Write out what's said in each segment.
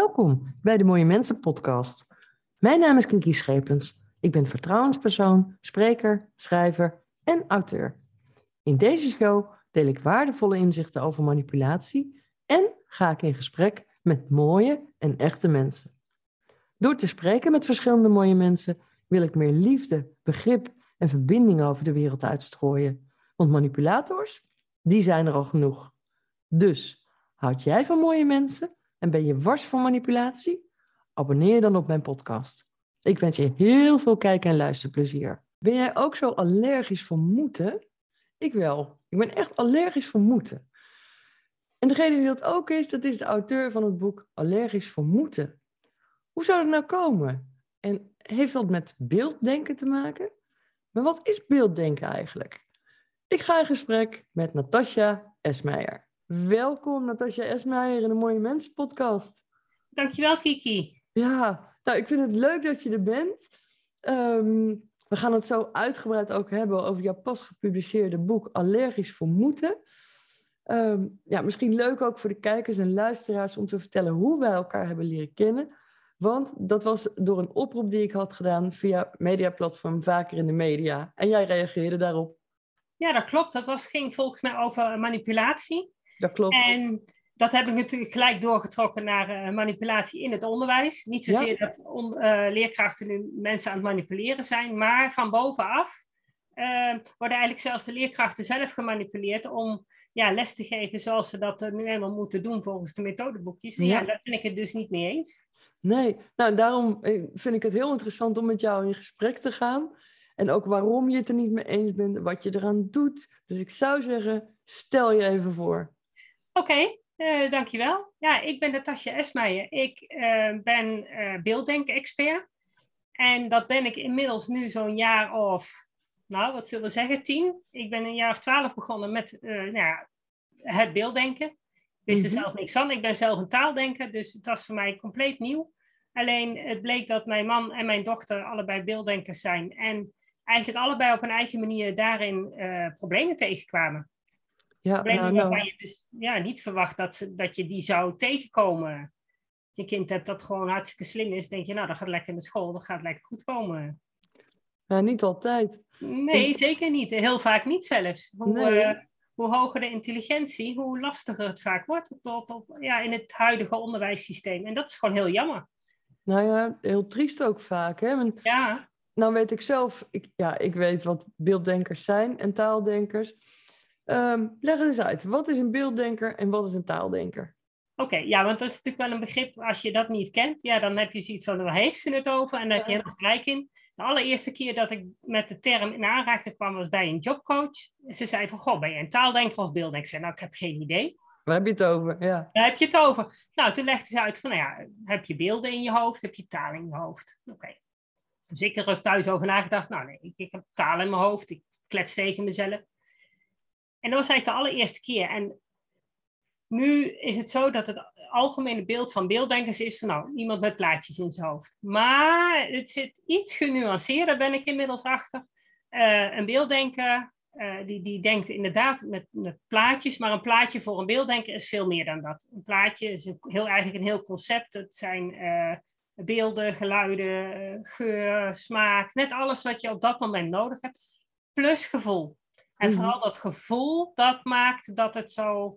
Welkom bij de Mooie Mensen podcast. Mijn naam is Kiki Schepens. Ik ben vertrouwenspersoon, spreker, schrijver en auteur. In deze show deel ik waardevolle inzichten over manipulatie en ga ik in gesprek met mooie en echte mensen. Door te spreken met verschillende mooie mensen wil ik meer liefde, begrip en verbinding over de wereld uitstrooien. Want manipulators, die zijn er al genoeg. Dus, houd jij van mooie mensen en ben je wars van manipulatie? Abonneer je dan op mijn podcast. Ik wens je heel veel kijk- en luisterplezier. Ben jij ook zo allergisch voor moeten? Ik wel. Ik ben echt allergisch voor moeten. En degene die dat ook is, dat is de auteur van het boek Allergisch voor moeten. Hoe zou dat nou komen? En heeft dat met beelddenken te maken? Maar wat is beelddenken eigenlijk? Ik ga in gesprek met Natasja Esmeijer. Welkom Natasja Esmeijer in de Mooie Mensen podcast. Dankjewel, Kiki. Ja, nou ik vind het leuk dat je er bent. We gaan het zo uitgebreid ook hebben over jouw pas gepubliceerde boek Allergisch voor moeten. Misschien leuk ook voor de kijkers en luisteraars om te vertellen hoe wij elkaar hebben leren kennen. Want dat was door een oproep die ik had gedaan via mediaplatform Vaker in de Media. En jij reageerde daarop. Ja, dat klopt. Ging volgens mij over manipulatie. Dat klopt. En dat heb ik natuurlijk gelijk doorgetrokken naar manipulatie in het onderwijs. Niet zozeer dat leerkrachten nu mensen aan het manipuleren zijn, maar van bovenaf worden eigenlijk zelfs de leerkrachten zelf gemanipuleerd om les te geven zoals ze dat nu eenmaal moeten doen volgens de methodeboekjes. En daar ben ik het dus niet mee eens. Nee, nou daarom vind ik het heel interessant om met jou in gesprek te gaan. En ook waarom je het er niet mee eens bent, wat je eraan doet. Dus ik zou zeggen, stel je even voor. Oké, dankjewel. Ja, ik ben Natasja Esmeijer. Ik ben beelddenk-expert. En dat ben ik inmiddels nu zo'n jaar of, wat zullen we zeggen, 10. Ik ben een jaar of 12 begonnen met het beelddenken. Ik wist er zelf niks van. Ik ben zelf een taaldenker, dus het was voor mij compleet nieuw. Alleen het bleek dat mijn man en mijn dochter allebei beelddenkers zijn. En eigenlijk allebei op een eigen manier daarin problemen tegenkwamen. Problemen waarvan je dus niet verwacht dat je die zou tegenkomen. Als je kind hebt dat gewoon hartstikke slim is, denk je, dat gaat lekker naar school, dat gaat lekker goed komen. Ja, niet altijd. Nee, zeker niet. Heel vaak niet zelfs. Hoe hoger de intelligentie, hoe lastiger het vaak wordt in het huidige onderwijssysteem. En dat is gewoon heel jammer. Nou ja, heel triest ook vaak. Hè? Want, nou weet ik zelf, ik weet wat beelddenkers zijn en taaldenkers. Leg het eens uit. Wat is een beelddenker en wat is een taaldenker? Oké, want dat is natuurlijk wel een begrip. Als je dat niet kent, dan heb je zoiets van, waar heeft ze het over? En daar heb je helemaal gelijk in. De allereerste keer dat ik met de term in aanraking kwam, was bij een jobcoach. Ze zei van, ben je een taaldenker of beelddenker? Ik zei, ik heb geen idee. Waar heb je het over? Ja. Daar heb je het over. Nou, toen legde ze uit van, heb je beelden in je hoofd? Heb je taal in je hoofd? Oké. Dus ik er eens thuis over nagedacht. Ik heb taal in mijn hoofd. Ik klets tegen mezelf. En dat was eigenlijk de allereerste keer. En nu is het zo dat het algemene beeld van beelddenkers is van iemand met plaatjes in zijn hoofd. Maar het zit iets genuanceerder, ben ik inmiddels achter. Een beelddenker, die denkt inderdaad met plaatjes, maar een plaatje voor een beelddenker is veel meer dan dat. Een plaatje is eigenlijk een heel concept. Het zijn beelden, geluiden, geur, smaak, net alles wat je op dat moment nodig hebt. Plus gevoel. En vooral dat gevoel, dat maakt dat het zo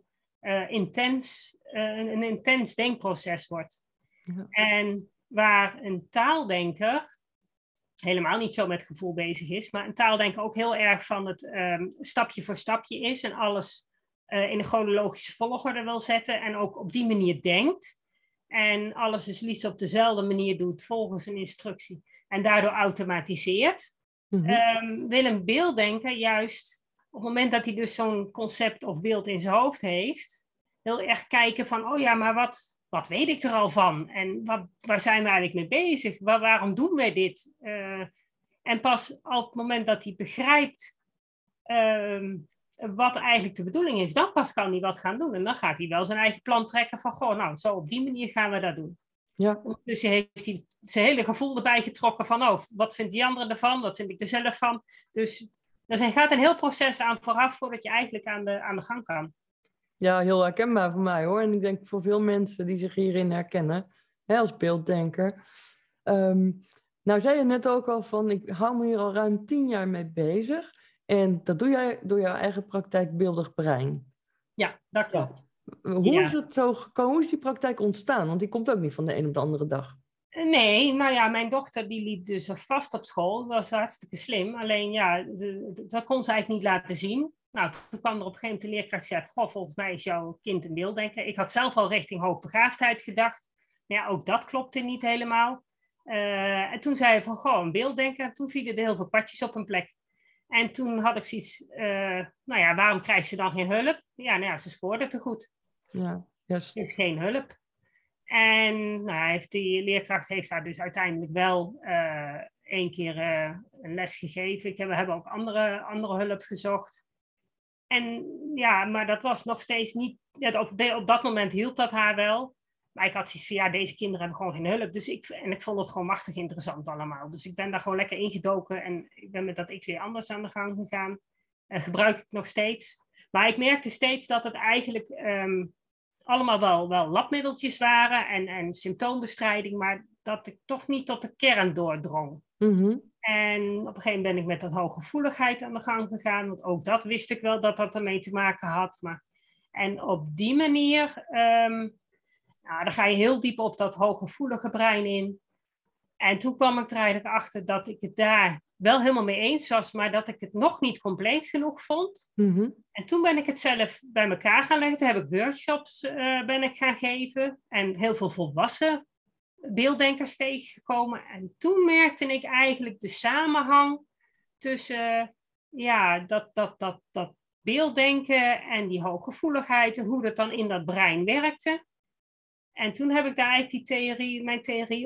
een intens denkproces wordt. Ja. En waar een taaldenker helemaal niet zo met gevoel bezig is, maar een taaldenker ook heel erg van het stapje voor stapje is en alles in een chronologische volgorde wil zetten en ook op die manier denkt. En alles dus liefst op dezelfde manier doet volgens een instructie en daardoor automatiseert. Wil een beelddenker juist op het moment dat hij dus zo'n concept of beeld in zijn hoofd heeft, heel erg kijken van, maar wat weet ik er al van? En waar zijn we eigenlijk mee bezig? Waarom doen wij dit? En pas op het moment dat hij begrijpt wat eigenlijk de bedoeling is, dan pas kan hij wat gaan doen. En dan gaat hij wel zijn eigen plan trekken van, zo op die manier gaan we dat doen. Ja. Dus heeft hij zijn hele gevoel erbij getrokken van, wat vindt die andere ervan? Wat vind ik er zelf van? Dus er gaat een heel proces aan vooraf voordat je eigenlijk aan de gang kan. Ja, heel herkenbaar voor mij hoor. En ik denk voor veel mensen die zich hierin herkennen. hè, als beelddenker. Nou zei je net ook al van, ik hou me hier al ruim 10 jaar mee bezig. En dat doe jij door jouw eigen praktijk Beeldig Brein. Ja, dat Ja. klopt. Hoe is het zo gekomen? Hoe is die praktijk ontstaan? Want die komt ook niet van de een op de andere dag. Nee, nou ja, mijn dochter die liep dus vast op school. Dat was hartstikke slim. Alleen ja, dat kon ze eigenlijk niet laten zien. Nou, toen kwam er op een gegeven moment de leerkracht en zei, goh, volgens mij is jouw kind een beelddenker. Ik had zelf al richting hoogbegaafdheid gedacht. Maar ja, ook dat klopte niet helemaal. En toen zei hij van, goh, een beelddenker. Toen vielen er heel veel padjes op een plek. En toen had ik zoiets, nou ja, waarom krijgt ze dan geen hulp? Ja, nou ja, ze scoorde te goed. Ja, juist. Geen hulp. En nou, die leerkracht heeft daar dus uiteindelijk wel 1 keer een les gegeven. We hebben ook andere hulp gezocht. En ja, maar dat was nog steeds niet... Op dat moment hielp dat haar wel. Maar ik had zoiets van, ja, deze kinderen hebben gewoon geen hulp. Dus ik vond het gewoon machtig interessant allemaal. Dus ik ben daar gewoon lekker ingedoken. En ik ben met dat ik weer anders aan de gang gegaan. Gebruik ik nog steeds. Maar ik merkte steeds dat het eigenlijk... allemaal wel labmiddeltjes waren en symptoombestrijding, maar dat ik toch niet tot de kern doordrong. Mm-hmm. En op een gegeven moment ben ik met dat hooggevoeligheid aan de gang gegaan, want ook dat wist ik wel dat dat ermee te maken had. En op die manier, nou, dan ga je heel diep op dat hooggevoelige brein in. En toen kwam ik er eigenlijk achter dat ik het daar wel helemaal mee eens was, maar dat ik het nog niet compleet genoeg vond. Mm-hmm. En toen ben ik het zelf bij elkaar gaan leggen. Toen heb ik workshops ben ik gaan geven. En heel veel volwassen beelddenkers tegengekomen. En toen merkte ik eigenlijk de samenhang tussen dat beelddenken en die hooggevoeligheid. En hoe dat dan in dat brein werkte. En toen heb ik daar eigenlijk mijn theorie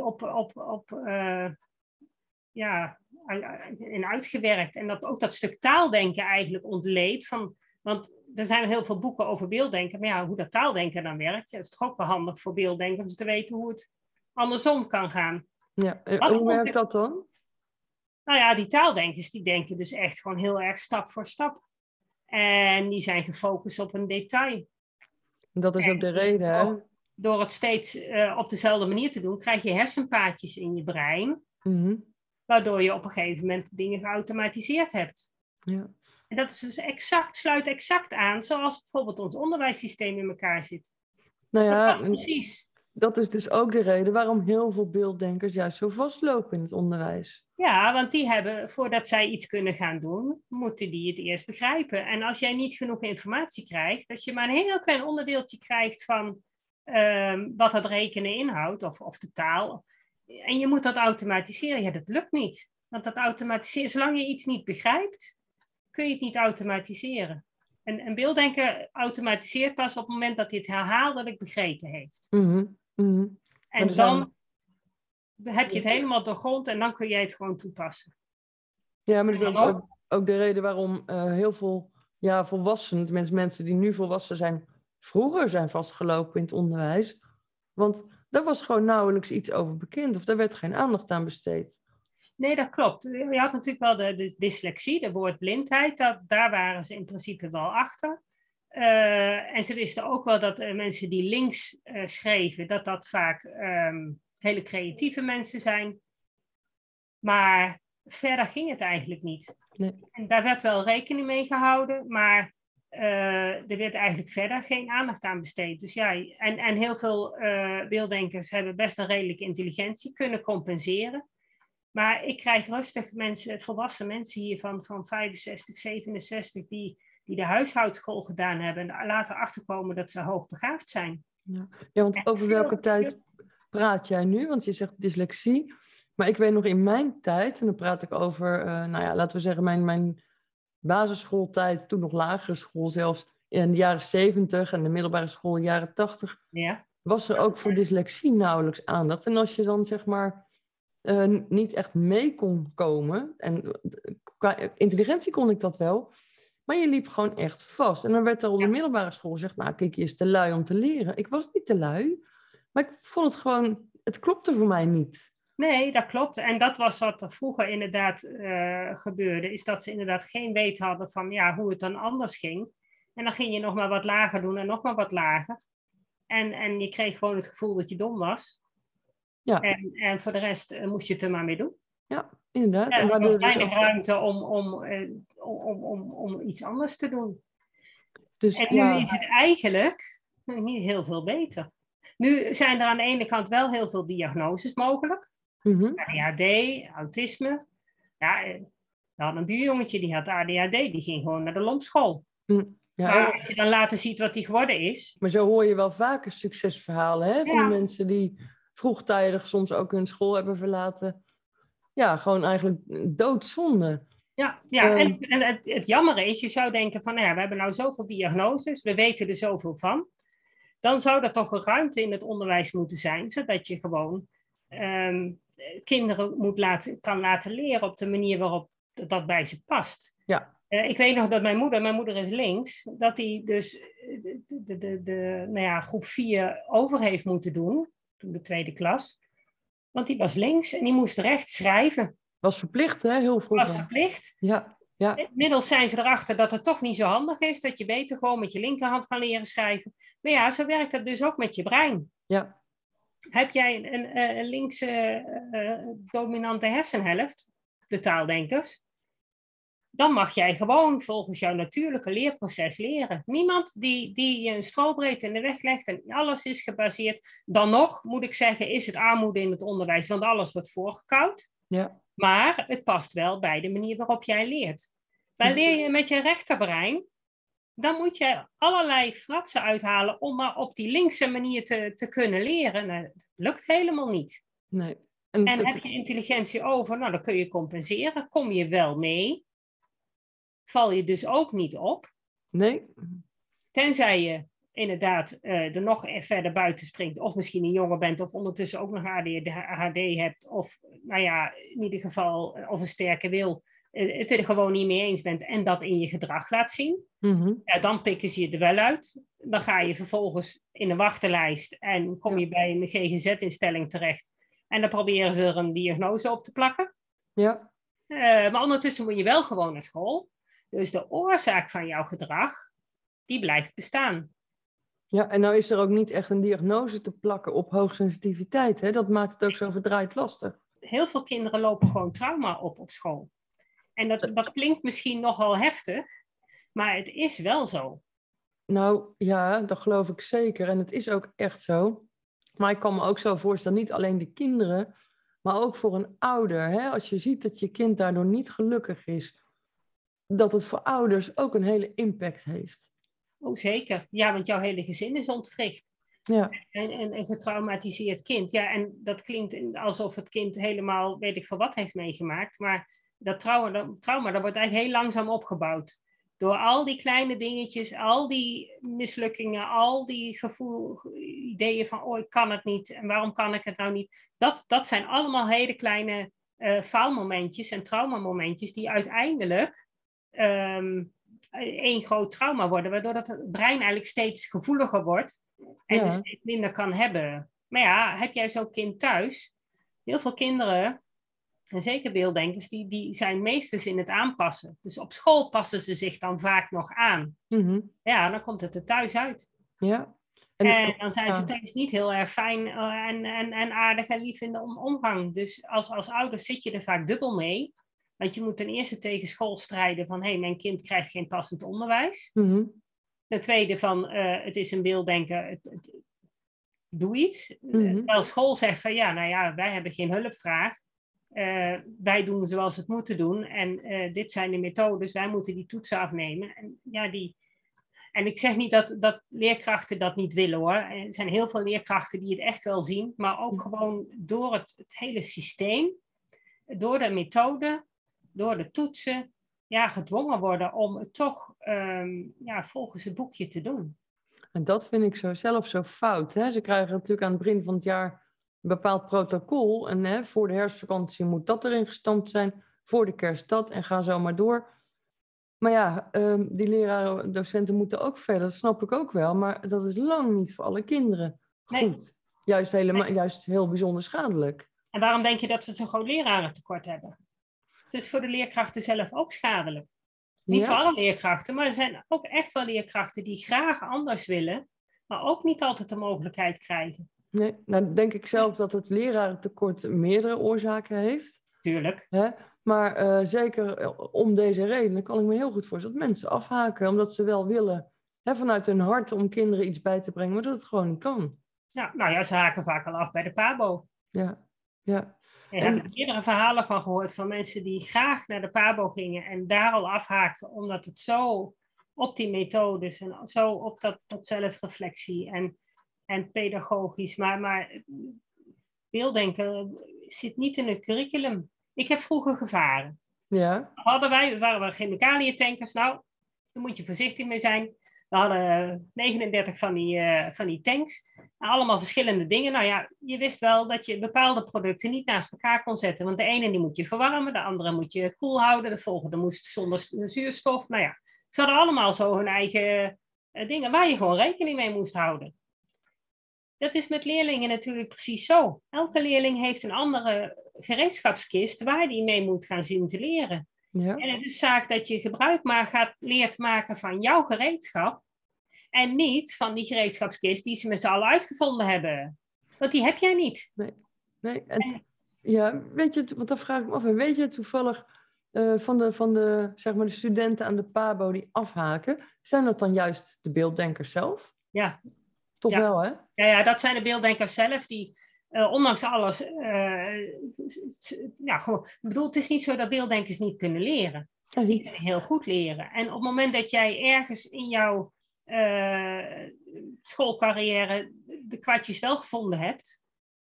in uitgewerkt. En ook dat stuk taaldenken eigenlijk ontleed. Want er zijn heel veel boeken over beelddenken. Maar ja, hoe dat taaldenken dan werkt, dat is toch ook wel handig voor beelddenkers te weten hoe het andersom kan gaan. Ja, hoe werkt dat dan? Nou ja, die taaldenkers die denken dus echt gewoon heel erg stap voor stap. En die zijn gefocust op een detail. Dat is ook de reden, hè? Door het steeds op dezelfde manier te doen, krijg je hersenpaadjes in je brein. Mm-hmm. Waardoor je op een gegeven moment dingen geautomatiseerd hebt. Ja. En dat is dus sluit exact aan zoals bijvoorbeeld ons onderwijssysteem in elkaar zit. Nou ja, precies. Dat is dus ook de reden waarom heel veel beelddenkers juist zo vastlopen in het onderwijs. Ja, want die hebben, voordat zij iets kunnen gaan doen, moeten die het eerst begrijpen. En als jij niet genoeg informatie krijgt, als je maar een heel klein onderdeeltje krijgt van wat dat rekenen inhoudt, of de taal, en je moet dat automatiseren, ja, dat lukt niet. Want dat automatiseren, zolang je iets niet begrijpt, kun je het niet automatiseren. En beelddenken automatiseert pas op het moment dat hij het herhaaldelijk begrepen heeft. Mm-hmm. Mm-hmm. En dan heb je het helemaal doorgrond en dan kun jij het gewoon toepassen. Ja, maar dat is ook de reden waarom heel veel volwassenen, tenminste mensen die nu volwassen zijn, vroeger zijn vastgelopen in het onderwijs. Want daar was gewoon nauwelijks iets over bekend of daar werd geen aandacht aan besteed. Nee, dat klopt. Je had natuurlijk wel de dyslexie, de woordblindheid. Daar waren ze in principe wel achter. En ze wisten ook wel dat mensen die links schreven, dat vaak hele creatieve mensen zijn. Maar verder ging het eigenlijk niet. Nee. En daar werd wel rekening mee gehouden, maar er werd eigenlijk verder geen aandacht aan besteed. Dus ja, en heel veel beelddenkers hebben best een redelijke intelligentie, kunnen compenseren. Maar ik krijg rustig volwassen mensen hier van 65, 67, die de huishoudschool gedaan hebben en later achterkomen dat ze hoogbegaafd zijn. Ja, want over welke tijd praat jij nu? Want je zegt dyslexie. Maar ik weet nog in mijn tijd, en dan praat ik over, laten we zeggen, mijn basisschooltijd, toen nog lagere school zelfs, in de jaren 70 en de middelbare school in de jaren 80, was er ook voor dyslexie nauwelijks aandacht. En als je dan zeg maar niet echt mee kon komen, en qua intelligentie kon ik dat wel, maar je liep gewoon echt vast. En dan werd er op de middelbare school gezegd, nou kijk, je is te lui om te leren. Ik was niet te lui, maar ik vond het gewoon, het klopte voor mij niet. Nee, dat klopt. En dat was wat er vroeger inderdaad gebeurde, is dat ze inderdaad geen weet hadden van hoe het dan anders ging. En dan ging je nog maar wat lager doen en nog maar wat lager. En je kreeg gewoon het gevoel dat je dom was. Ja, En voor de rest moest je het er maar mee doen. ja, inderdaad. En En er was waardoor dus weinig ook... ruimte om iets anders te doen. Dus En nu ja, is het eigenlijk niet heel veel beter. Nu zijn er aan de ene kant wel heel veel diagnoses mogelijk. ADHD, autisme. Ja, we hadden een buurjongetje die had ADHD, die ging gewoon naar de lompschool. ja, Maar als je dan later ziet wat die geworden is. maar zo hoor je wel vaker succesverhalen, hè? Van die Ja, mensen die vroegtijdig soms ook hun school hebben verlaten. Ja, gewoon eigenlijk doodzonde. ja. Ehm, En het jammer is, je zou denken van, nou ja, we hebben nou zoveel diagnoses, we weten er zoveel van. Dan zou er toch een ruimte in het onderwijs moeten zijn, zodat je gewoon kinderen kan laten leren op de manier waarop dat bij ze past. ja, Ik weet nog dat mijn moeder is links, dat die dus nou ja, groep 4 over heeft moeten doen, toen de tweede klas. Want die was links en die moest rechts schrijven. was verplicht, hè? Heel Was vroeger. verplicht. Ja, ja, Inmiddels zijn ze erachter dat het toch niet zo handig is, dat je beter gewoon met je linkerhand kan leren schrijven. Maar ja, zo werkt dat dus ook met je brein. ja, Heb jij een linkse dominante hersenhelft, de taaldenkers, dan mag jij gewoon volgens jouw natuurlijke leerproces leren. Niemand die je een strobreedte in de weg legt en alles is gebaseerd. Dan nog, moet ik zeggen, is het armoede in het onderwijs, want alles wordt voorgekoud. ja. Maar het past wel bij de manier waarop jij leert. Maar leer je met je rechterbrein, dan moet je allerlei fratsen uithalen om maar op die linkse manier te kunnen leren. Nou, dat lukt helemaal niet. Nee. En heb je intelligentie over, nou dan kun je compenseren. Kom je wel mee, val je dus ook niet op. Nee. Tenzij je inderdaad er nog verder buiten springt. Of misschien een jongen bent of ondertussen ook nog ADHD hebt. Of nou ja, in ieder geval of een sterke wil. Het er gewoon niet mee eens bent en dat in je gedrag laat zien. Ja, dan pikken ze je er wel uit. Dan ga je vervolgens in een wachtenlijst en kom je bij een GGZ-instelling terecht. En dan proberen ze er een diagnose op te plakken. Ja. Maar ondertussen moet je wel gewoon naar school. Dus de oorzaak van jouw gedrag, die blijft bestaan. Ja, en nou is er ook niet echt een diagnose te plakken op hoogsensitiviteit, hè? Dat maakt het ook zo verdraaid lastig. Heel veel kinderen lopen gewoon trauma op school. En dat klinkt misschien nogal heftig, maar het is wel zo. Nou ja, dat geloof ik zeker. En het is ook echt zo. Maar ik kan me ook zo voorstellen, niet alleen de kinderen, maar ook voor een ouder. Hè? Als je ziet dat je kind daardoor niet gelukkig is, dat het voor ouders ook een hele impact heeft. Oh, zeker. Ja, want jouw hele gezin is ontwricht. Ja. En een getraumatiseerd kind. Ja, en dat klinkt alsof het kind helemaal, weet ik veel wat, heeft meegemaakt. Maar dat trauma dat wordt eigenlijk heel langzaam opgebouwd. Door al die kleine dingetjes, al die mislukkingen, al die ideeën van, oh, ik kan het niet. En waarom kan ik het nou niet? Dat zijn allemaal hele kleine faalmomentjes en traumamomentjes die uiteindelijk één groot trauma worden. Waardoor het brein eigenlijk steeds gevoeliger wordt. En dus steeds minder kan hebben. Maar ja, heb jij zo'n kind thuis? Heel veel kinderen, en zeker beelddenkers, die zijn meesters in het aanpassen. Dus op school passen ze zich dan vaak nog aan. Ja, dan komt het er thuis uit. Ja. En dan zijn ze thuis niet heel erg fijn en aardig en lief in de omgang. Dus als ouders zit je er vaak dubbel mee. Want je moet ten eerste tegen school strijden van, hé, mijn kind krijgt geen passend onderwijs. Ten tweede van, het is een beelddenker, doe iets. Terwijl school zegt van, ja, nou ja, wij hebben geen hulpvraag. Wij doen zoals we het moeten doen. En dit zijn de methodes, wij moeten die toetsen afnemen. En, ja, en ik zeg niet dat leerkrachten dat niet willen, hoor. Er zijn heel veel leerkrachten die het echt wel zien. Maar ook gewoon door het hele systeem, door de methode, door de toetsen, ja, gedwongen worden om het toch volgens het boekje te doen. En dat vind ik zelf zo fout. Hè? Ze krijgen natuurlijk aan het begin van het jaar een bepaald protocol. En voor de herfstvakantie moet dat erin gestampt zijn. Voor de kerst dat en ga zo maar door. Maar ja, die leraren, docenten moeten ook verder. Dat snap ik ook wel. Maar dat is lang niet voor alle kinderen goed. Nee. Juist heel bijzonder schadelijk. En waarom denk je dat we zo'n groot lerarentekort hebben? Het is voor de leerkrachten zelf ook schadelijk. Niet voor alle leerkrachten, maar er zijn ook echt wel leerkrachten die graag anders willen, maar ook niet altijd de mogelijkheid krijgen. Nee, nou denk ik zelf dat het lerarentekort meerdere oorzaken heeft. Tuurlijk. Hè? Maar zeker om deze reden kan ik me heel goed voorstellen dat mensen afhaken. Omdat ze wel willen, hè, vanuit hun hart om kinderen iets bij te brengen, maar dat het gewoon niet kan. Ja, nou ja, ze haken vaak al af bij de PABO. Ja, ja. Daar heb ik meerdere verhalen van gehoord van mensen die graag naar de PABO gingen en daar al afhaakten, omdat het zo op die methodes en zo op dat zelfreflectie en pedagogisch, maar beelddenken zit niet in het curriculum. Ik heb vroeger gevaren. Ja. Waren we chemicaliëntankers? Nou, daar moet je voorzichtig mee zijn. We hadden 39 van die tanks. Allemaal verschillende dingen. Nou ja, je wist wel dat je bepaalde producten niet naast elkaar kon zetten. Want de ene die moet je verwarmen, de andere moet je koel houden. De volgende moest zonder zuurstof. Nou ja, ze hadden allemaal zo hun eigen dingen waar je gewoon rekening mee moest houden. Dat is met leerlingen natuurlijk precies zo. Elke leerling heeft een andere gereedschapskist waar die mee moet gaan zien te leren. Ja. En het is zaak dat je gebruik leert maken van jouw gereedschap. En niet van die gereedschapskist die ze met z'n allen uitgevonden hebben. Want die heb jij niet. Nee. Ja, weet je, want dan vraag ik me af. Weet je toevallig van de, zeg maar de studenten aan de PABO die afhaken, zijn dat dan juist de beelddenkers zelf? Ja. Toch wel, hè? Ja, dat zijn de beelddenkers zelf die ondanks alles... gewoon, ik bedoel, het is niet zo dat beelddenkers niet kunnen leren. Die kunnen heel goed leren. En op het moment dat jij ergens in jouw schoolcarrière de kwartjes wel gevonden hebt,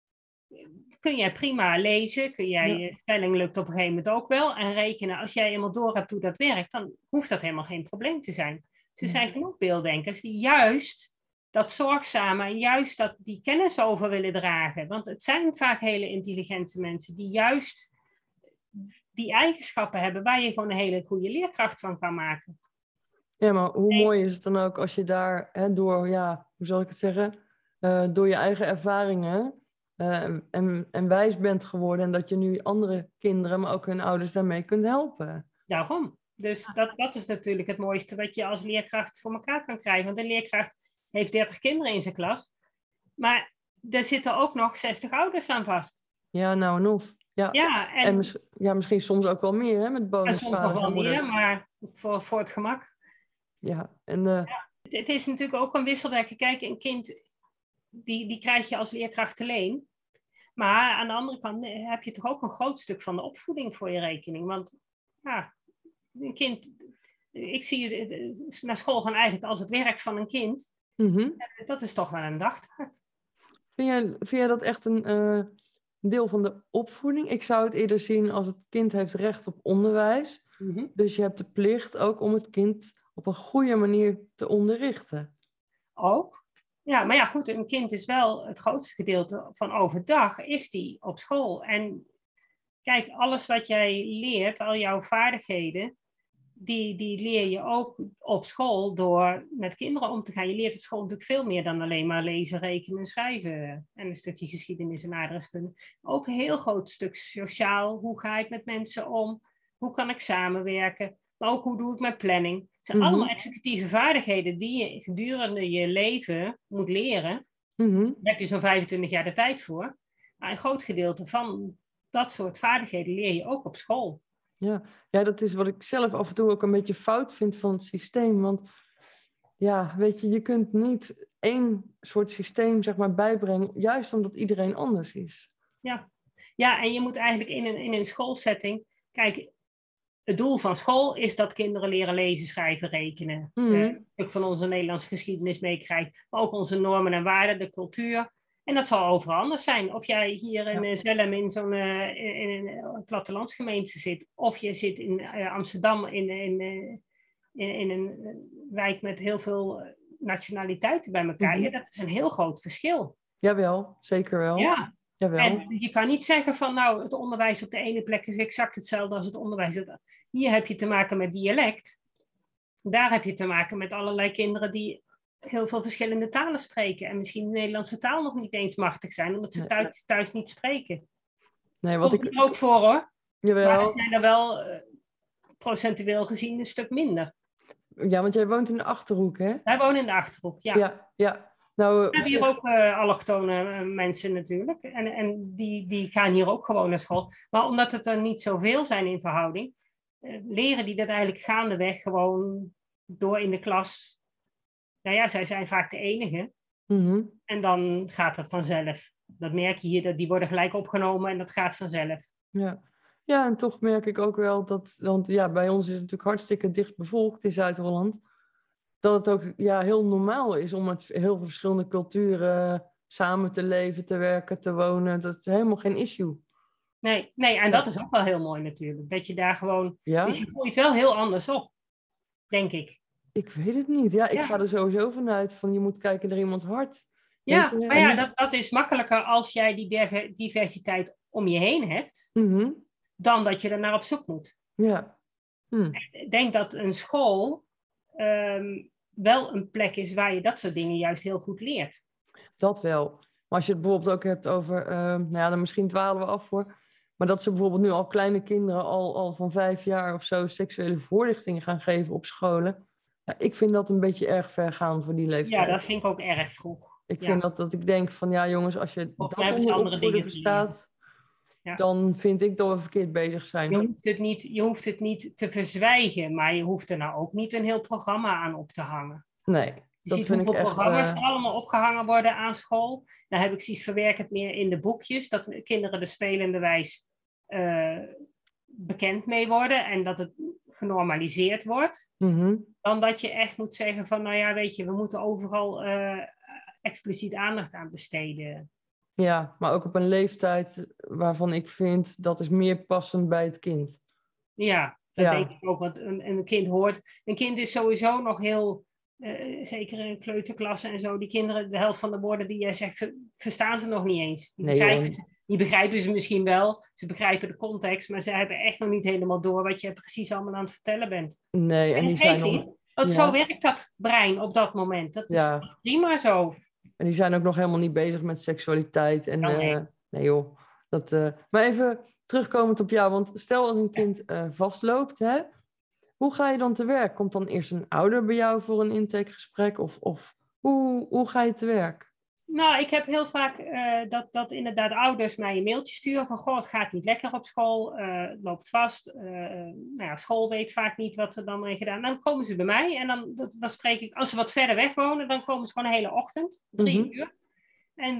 kun jij prima lezen, je spelling lukt op een gegeven moment ook wel, en rekenen. Als jij eenmaal door hebt hoe dat werkt, dan hoeft dat helemaal geen probleem te zijn. Dus er zijn genoeg beelddenkers die juist dat zorgzame en juist die kennis over willen dragen. Want het zijn vaak hele intelligente mensen die juist die eigenschappen hebben waar je gewoon een hele goede leerkracht van kan maken. Ja, maar hoe mooi is het dan ook als je daar door, hoe zal ik het zeggen, door je eigen ervaringen en wijs bent geworden en dat je nu andere kinderen, maar ook hun ouders daarmee kunt helpen. Daarom. Dus dat is natuurlijk het mooiste wat je als leerkracht voor elkaar kan krijgen. Want een leerkracht heeft 30 kinderen in zijn klas, maar er zitten ook nog 60 ouders aan vast. Ja, nou en of. Ja, en misschien soms ook wel meer, hè, met bonusvaders soms nog wel meer, maar voor het gemak. Ja, en... Het is natuurlijk ook een wisselwerking. Kijk, een kind, die krijg je als leerkracht alleen. Maar aan de andere kant heb je toch ook een groot stuk van de opvoeding voor je rekening. Want een kind... Ik zie naar school gaan eigenlijk als het werk van een kind. Mm-hmm. Dat is toch wel een dagtaak. Vind jij dat echt een deel van de opvoeding? Ik zou het eerder zien als het kind heeft recht op onderwijs. Mm-hmm. Dus je hebt de plicht ook om het kind op een goede manier te onderrichten. Ook. Ja, maar ja, goed, een kind is wel het grootste gedeelte van overdag, is die op school. En kijk, alles wat jij leert, al jouw vaardigheden, die leer je ook op school door met kinderen om te gaan. Je leert op school natuurlijk veel meer dan alleen maar lezen, rekenen en schrijven. En een stukje geschiedenis en aardrijkskunde. Ook een heel groot stuk sociaal. Hoe ga ik met mensen om? Hoe kan ik samenwerken? Maar ook hoe doe ik mijn planning? Het zijn allemaal executieve vaardigheden die je gedurende je leven moet leren. Daar heb je zo'n 25 jaar de tijd voor. Maar een groot gedeelte van dat soort vaardigheden leer je ook op school. Ja, dat is wat ik zelf af en toe ook een beetje fout vind van het systeem. Want weet je kunt niet één soort systeem zeg maar bijbrengen, juist omdat iedereen anders is. Ja, en je moet eigenlijk in een schoolsetting... Kijk, het doel van school is dat kinderen leren lezen, schrijven, rekenen. Een stuk van onze Nederlandse geschiedenis meekrijgen. Maar ook onze normen en waarden, de cultuur. En dat zal overal anders zijn. Of jij hier in Zellem in zo'n in een plattelandsgemeente zit. Of je zit in Amsterdam in een wijk met heel veel nationaliteiten bij elkaar. Ja, dat is een heel groot verschil. Jawel, zeker wel. Ja. Jawel. En je kan niet zeggen van het onderwijs op de ene plek is exact hetzelfde als het onderwijs. Hier heb je te maken met dialect. Daar heb je te maken met allerlei kinderen die heel veel verschillende talen spreken. En misschien de Nederlandse taal nog niet eens machtig zijn, omdat ze thuis niet spreken. Nee, wat komt er ook voor hoor. Jawel. Maar het zijn er wel procentueel gezien een stuk minder. Ja, want jij woont in de Achterhoek, hè? Wij wonen in de Achterhoek, ja. Ja. Nou, We op hebben hier zich... ook allochtone mensen natuurlijk. En die gaan hier ook gewoon naar school. Maar omdat het er niet zoveel zijn in verhouding, leren die dat eigenlijk gaandeweg gewoon door in de klas. Nou ja, zij zijn vaak de enige. Mhm. En dan gaat het vanzelf. Dat merk je hier, dat die worden gelijk opgenomen en dat gaat vanzelf. Ja. Ja, en toch merk ik ook wel dat, want ja, bij ons is het natuurlijk hartstikke dicht bevolkt in Zuid-Holland, dat het ook ja, heel normaal is om met heel veel verschillende culturen samen te leven, te werken, te wonen. Dat is helemaal geen issue. Nee, en Ja. dat is ook wel heel mooi natuurlijk. Dat je daar gewoon. Dus Ja, je groeit wel heel anders op, denk ik. ik weet het niet. Ja, ik ga Ja, er sowieso vanuit van je moet kijken naar iemands hart. Weet ja, je? maar En ja, niet... dat is makkelijker als jij die diversiteit om je heen hebt, Mhm. dan dat je er naar op zoek moet. Ja. Hm. Ik denk dat een school wel een plek is waar je dat soort dingen juist heel goed leert. Dat wel. Maar als je het bijvoorbeeld ook hebt over, nou ja, dan misschien dwalen we af voor. Maar dat ze bijvoorbeeld nu al kleine kinderen al van 5 jaar of zo seksuele voorlichting gaan geven op scholen. Ja, ik vind dat een beetje erg ver gaan voor die Ja, dat leeftijd. vind ik ook erg vroeg. Ik vind Ja, dat ik denk van ja jongens, als je volgens mij dat hebben ze onder andere opvoeden dingen te leren. verstaat, Ja. dan vind ik dat we verkeerd bezig zijn. Je hoeft het niet te verzwijgen, maar je hoeft er nou ook niet een heel programma aan op te hangen. Nee, Je dat ziet vind ik hoeveel echt... programma's er allemaal opgehangen worden aan school. Dan heb ik zoiets verwerk het meer in de boekjes, dat kinderen er spelende wijs bekend mee worden en dat het genormaliseerd wordt. mhm. Dan dat je echt moet zeggen van, nou ja, weet je, we moeten overal expliciet aandacht aan besteden. Ja, maar ook op een leeftijd waarvan ik vind dat is meer passend bij het kind. Ja, dat denk Ja, ik ook. Want een kind hoort... Een kind is sowieso nog heel... zeker in kleuterklassen en zo. Die kinderen, de helft van de woorden die jij zegt, verstaan ze nog niet eens. nee joh. Die begrijpen ze misschien wel. Ze begrijpen de context. Maar ze hebben echt nog niet helemaal door wat je precies allemaal aan het vertellen bent. Nee, en En die dat zijn geeft nog... niet. Want zo Ja, werkt dat brein op dat moment. Dat is ja. prima zo. En die zijn ook nog helemaal niet bezig met seksualiteit. En Ja, nee. nee joh. Maar even terugkomend op jou. Want stel dat een kind vastloopt, hè? Hoe ga je dan te werk? Komt dan eerst een ouder bij jou voor een intakegesprek? Of hoe ga je te werk? Nou, ik heb heel vaak dat inderdaad ouders mij een mailtje sturen van, goh, het gaat niet lekker op school, het loopt vast. Nou ja, school weet vaak niet wat er dan mee gedaan. Dan komen ze bij mij en dan spreek ik, als ze wat verder weg wonen, dan komen ze gewoon een hele ochtend, 3 uur. En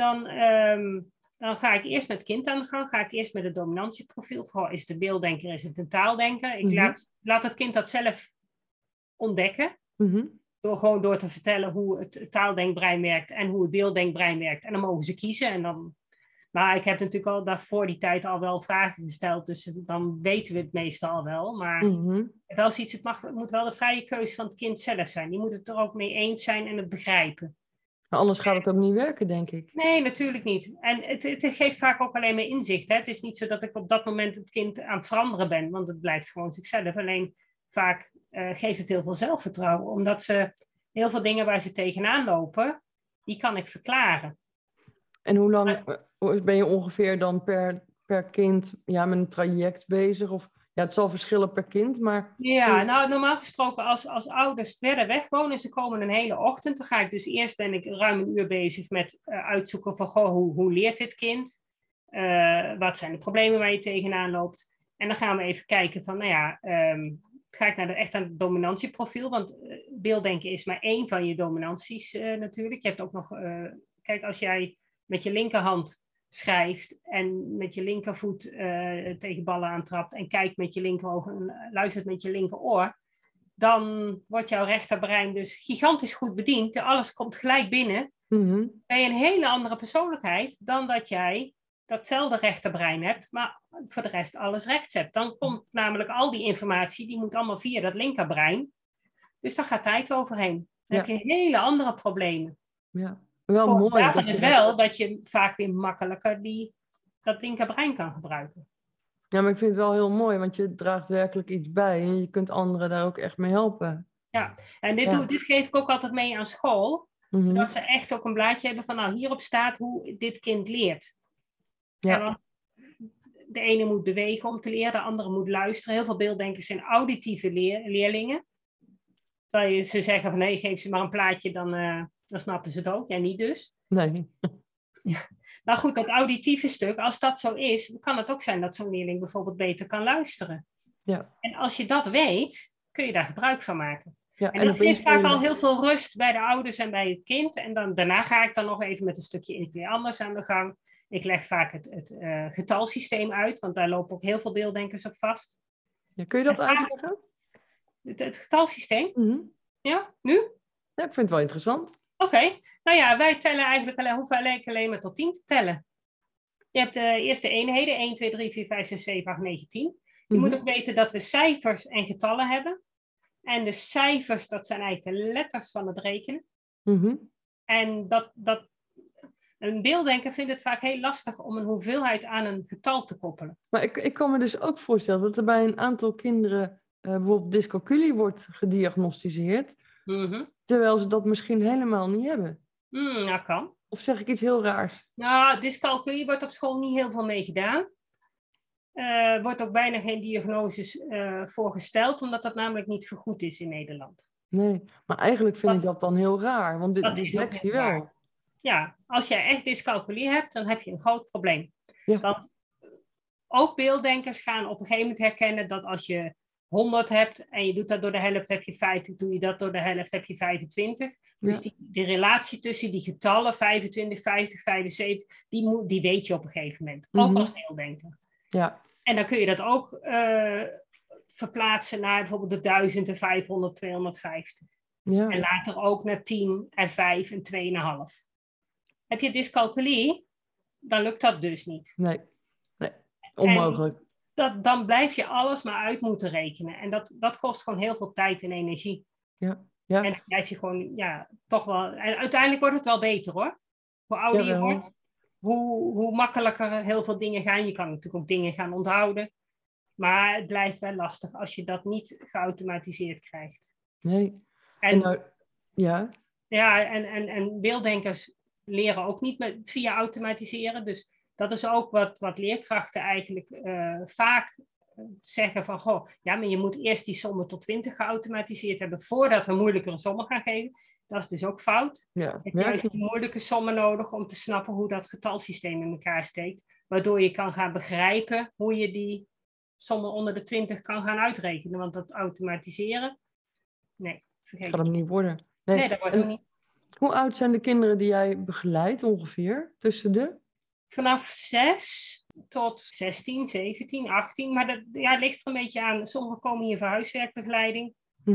dan ga ik eerst met het kind aan de gang, ga ik eerst met het dominantieprofiel. Goh, is het een beelddenker, is het een taaldenker? Ik laat het kind dat zelf ontdekken. Mhm. Door te vertellen hoe het taaldenkbrein werkt en hoe het beelddenkbrein werkt. En dan mogen ze kiezen. Maar ik heb natuurlijk al daarvoor die tijd al wel vragen gesteld. Dus dan weten we het meestal al wel. Maar Mhm. wel zoiets, het moet wel de vrije keuze van het kind zelf zijn. Die moet het er ook mee eens zijn en het begrijpen. Maar anders gaat het ook niet werken, denk ik. Nee, natuurlijk niet. En het geeft vaak ook alleen maar inzicht. Hè? Het is niet zo dat ik op dat moment het kind aan het veranderen ben. Want het blijft gewoon zichzelf. Alleen vaak geeft het heel veel zelfvertrouwen. Omdat ze heel veel dingen waar ze tegenaan lopen, die kan ik verklaren. En hoe lang ben je ongeveer dan per kind met een traject bezig? Of ja, het zal verschillen per kind, maar... Ja, nou normaal gesproken als ouders verder weg wonen en ze komen een hele ochtend, dan ga ik dus eerst ben ik ruim een uur bezig met uitzoeken van goh, hoe leert dit kind? Wat zijn de problemen waar je tegenaan loopt? En dan gaan we even kijken van, nou ja, ga ik echt aan het dominantieprofiel, want beelddenken is maar één van je dominanties natuurlijk. Je hebt ook nog, kijk, als jij met je linkerhand schrijft en met je linkervoet tegen ballen aantrapt en kijkt met je linkeroog en luistert met je linkeroor, dan wordt jouw rechterbrein dus gigantisch goed bediend. Alles komt gelijk binnen. Mhm. Ben je een hele andere persoonlijkheid dan dat jij datzelfde rechterbrein hebt, maar voor de rest alles rechts hebt. Dan komt namelijk al die informatie, die moet allemaal via dat linkerbrein. Dus daar gaat tijd overheen. Dan heb je hele andere problemen. Ja, wel mooi. Daarvan is wel dat je vaak weer makkelijker dat linkerbrein kan gebruiken. Ja, maar ik vind het wel heel mooi, want je draagt werkelijk iets bij en je kunt anderen daar ook echt mee helpen. Ja, en dit geef ik ook altijd mee aan school, zodat ze echt ook een blaadje hebben van, nou, hierop staat hoe dit kind leert. Ja. En dan, de ene moet bewegen om te leren, de andere moet luisteren. Heel veel beelddenkers zijn auditieve leerlingen. Terwijl ze zeggen van, nee, geef ze maar een plaatje, dan Dan snappen ze het ook, jij niet dus. Nee. Nou goed, dat auditieve stuk, als dat zo is, kan het ook zijn dat zo'n leerling bijvoorbeeld beter kan luisteren. Ja. En als je dat weet, kun je daar gebruik van maken. Ja, En dat opeens geeft vaak kun je- al heel veel rust bij de ouders en bij het kind. En daarna ga ik dan nog even met een stukje iets anders aan de gang. Ik leg vaak het getalsysteem uit, want daar lopen ook heel veel beelddenkers op vast. Ja, kun je dat uitleggen? Het getalsysteem? Mhm. Ja, nu? Ja, ik vind het wel interessant. Oké. Nou ja, wij tellen eigenlijk hoeven alleen maar tot 10 te tellen. Je hebt de eerste eenheden, 1, 2, 3, 4, 5, 6, 7, 8, 9, 10. Je moet ook weten dat we cijfers en getallen hebben. En de cijfers, dat zijn eigenlijk de letters van het rekenen. Mhm. En een beelddenker vindt het vaak heel lastig om een hoeveelheid aan een getal te koppelen. Maar ik kan me dus ook voorstellen dat er bij een aantal kinderen bijvoorbeeld dyscalculie wordt gediagnosticeerd, terwijl ze dat misschien helemaal niet hebben. Nou, kan. Of zeg ik iets heel raars? Nou, dyscalculie wordt op school niet heel veel mee gedaan. Wordt ook bijna geen diagnoses voorgesteld, omdat dat namelijk niet vergoed is in Nederland. Nee, maar eigenlijk vind ik dat dan heel raar, want de Dat is ook dyslexie heel wel. raar. Ja, als jij echt dyscalculie hebt, dan heb je een groot probleem. Ja. Want ook beelddenkers gaan op een gegeven moment herkennen dat als je 100 hebt en je doet dat door de helft, heb je 50. Doe je dat door de helft, heb je 25. Dus die relatie tussen die getallen, 25, 50, 75, die weet je op een gegeven moment. Ook als beelddenker. Ja. En dan kun je dat ook verplaatsen naar bijvoorbeeld de 1000, de 500, 250. Ja. En later ook naar 10 en 5 en 2,5. Heb je dyscalculie, dan lukt dat dus niet. Nee. Onmogelijk. Dan blijf je alles maar uit moeten rekenen. En dat kost gewoon heel veel tijd en energie. Ja. En dan blijf je gewoon, toch wel... En uiteindelijk wordt het wel beter, hoor. Hoe ouder je wordt, hoe makkelijker heel veel dingen gaan. Je kan natuurlijk ook dingen gaan onthouden. Maar het blijft wel lastig als je dat niet geautomatiseerd krijgt. Nee. Ja, en beelddenkers leren ook niet via automatiseren. Dus dat is ook wat leerkrachten eigenlijk vaak zeggen van... Goh, ja, maar je moet eerst die sommen tot 20 geautomatiseerd hebben... voordat we moeilijkere sommen gaan geven. Dat is dus ook fout. Ja, je hebt juist moeilijke sommen nodig om te snappen hoe dat getalsysteem in elkaar steekt. Waardoor je kan gaan begrijpen hoe je die sommen onder de 20 kan gaan uitrekenen. Want dat automatiseren, nee, vergeet gaat hem niet worden. Nee, dat wordt hem niet. Hoe oud zijn de kinderen die jij begeleidt ongeveer? Tussen de? Vanaf 6 tot 16, 17, 18. Maar dat ligt er een beetje aan. Sommigen komen hier voor huiswerkbegeleiding.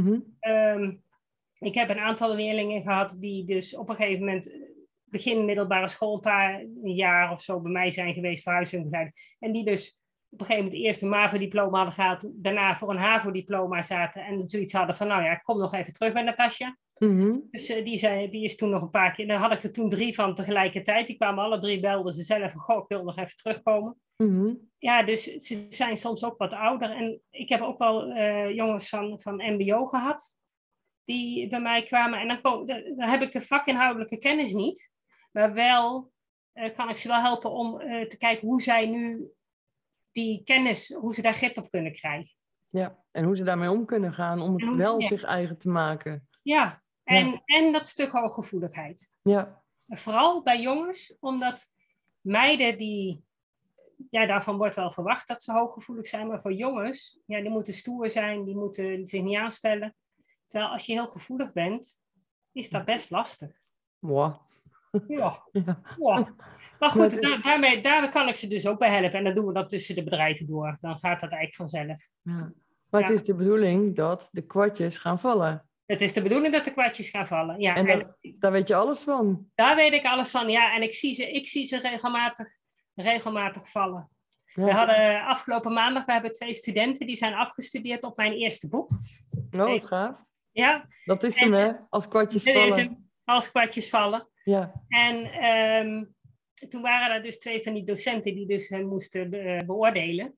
Ik heb een aantal leerlingen gehad die dus op een gegeven moment... begin middelbare school een jaar of zo bij mij zijn geweest voor huiswerkbegeleiding. En die dus op een gegeven moment eerst een MAVO-diploma hadden gehad, daarna voor een HAVO-diploma zaten en zoiets hadden van, ik kom nog even terug bij Natasja. Dus die is toen nog een paar keer, dan had ik er toen 3 van tegelijkertijd, die kwamen alle 3, belden ze zelf van, goh, ik wil nog even terugkomen. Ja, dus ze zijn soms ook wat ouder en ik heb ook wel jongens van mbo gehad, die bij mij kwamen en dan heb ik de vakinhoudelijke kennis niet, maar wel kan ik ze wel helpen om te kijken hoe zij nu die kennis, hoe ze daar grip op kunnen krijgen. Ja, en hoe ze daarmee om kunnen gaan om het wel zich eigen te maken. Ja, en dat stuk hooggevoeligheid. Ja. Vooral bij jongens, omdat meiden daarvan wordt wel verwacht dat ze hooggevoelig zijn, maar voor jongens, die moeten stoer zijn, die moeten zich niet aanstellen. Terwijl als je heel gevoelig bent, is dat best lastig. Wow. Ja. Maar goed, daar kan ik ze dus ook bij helpen. En dan doen we dat tussen de bedrijven door. Dan gaat dat eigenlijk vanzelf. Ja. Maar het is de bedoeling dat de kwartjes gaan vallen. Het is de bedoeling dat de kwartjes gaan vallen. Ja, en daar weet je alles van? Daar weet ik alles van, ja. En ik zie ze regelmatig vallen. Ja. We hadden afgelopen maandag, we hebben 2 studenten die zijn afgestudeerd op mijn eerste boek. Wat gaaf. Ja. Dat is hem, hè? Als kwartjes vallen. Als kwartjes vallen. Ja. En toen waren er dus 2 van die docenten die dus moesten beoordelen.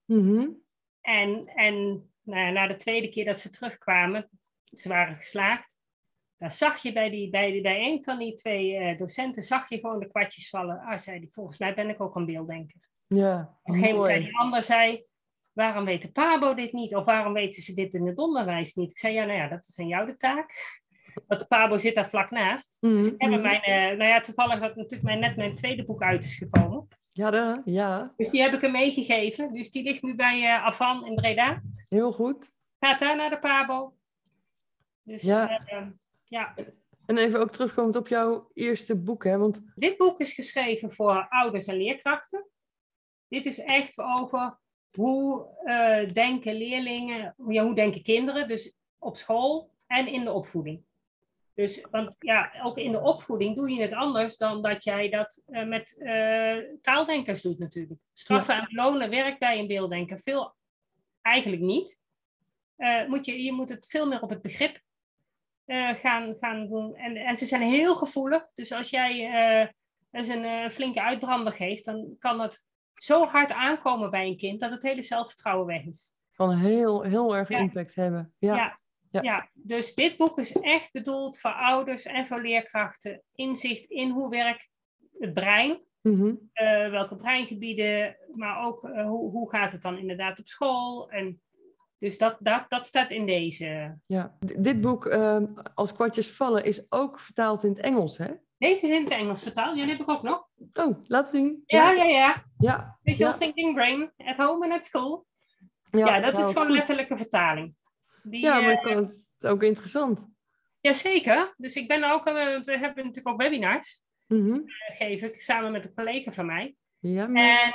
En na de tweede keer dat ze terugkwamen, ze waren geslaagd, dan zag je bij een van die 2 docenten, zag je gewoon de kwartjes vallen. Zei die, volgens mij ben ik ook een beelddenker. Ja, op een gegeven moment zei die ander, waarom weet de PABO dit niet? Of waarom weten ze dit in het onderwijs niet? Ik zei, dat is aan jou de taak. Want de Pabo zit daar vlak naast. Mhm, Dus ik heb mhm. toevallig dat natuurlijk net mijn tweede boek uit is gekomen. Ja, Dus die heb ik hem meegegeven. Dus die ligt nu bij Avan in Breda. heel goed. Gaat daar naar de Pabo. Dus Ja, ja. en even ook terugkomend op jouw eerste boek, hè? Want Dit boek is geschreven voor ouders en leerkrachten. Dit is echt over hoe denken leerlingen, hoe denken kinderen, dus op school en in de opvoeding. Dus, want ja, ook in de opvoeding doe je het anders dan dat jij dat met taaldenkers doet natuurlijk. Straffen en belonen werkt bij een beelddenker veel eigenlijk niet. Je moet het veel meer op het begrip gaan doen. En ze zijn heel gevoelig. Dus als jij eens een flinke uitbrander geeft, dan kan het zo hard aankomen bij een kind dat het hele zelfvertrouwen weg is. kan heel erg impact hebben. Ja, dus dit boek is echt bedoeld voor ouders en voor leerkrachten. Inzicht in hoe werkt het brein, welke breingebieden, maar ook hoe gaat het dan inderdaad op school. En dus dat staat in deze. Ja, dit boek, Als kwartjes vallen, is ook vertaald in het Engels, hè? Deze is in het Engels vertaald, die heb ik ook nog. Oh, laat zien. Ja. Visual Thinking Brain, at home and at school. Ja, dat is gewoon letterlijke vertaling. Maar het is ook interessant. Jazeker. Dus ik ben ook, we hebben natuurlijk ook webinars. Geef ik samen met een collega van mij. Ja,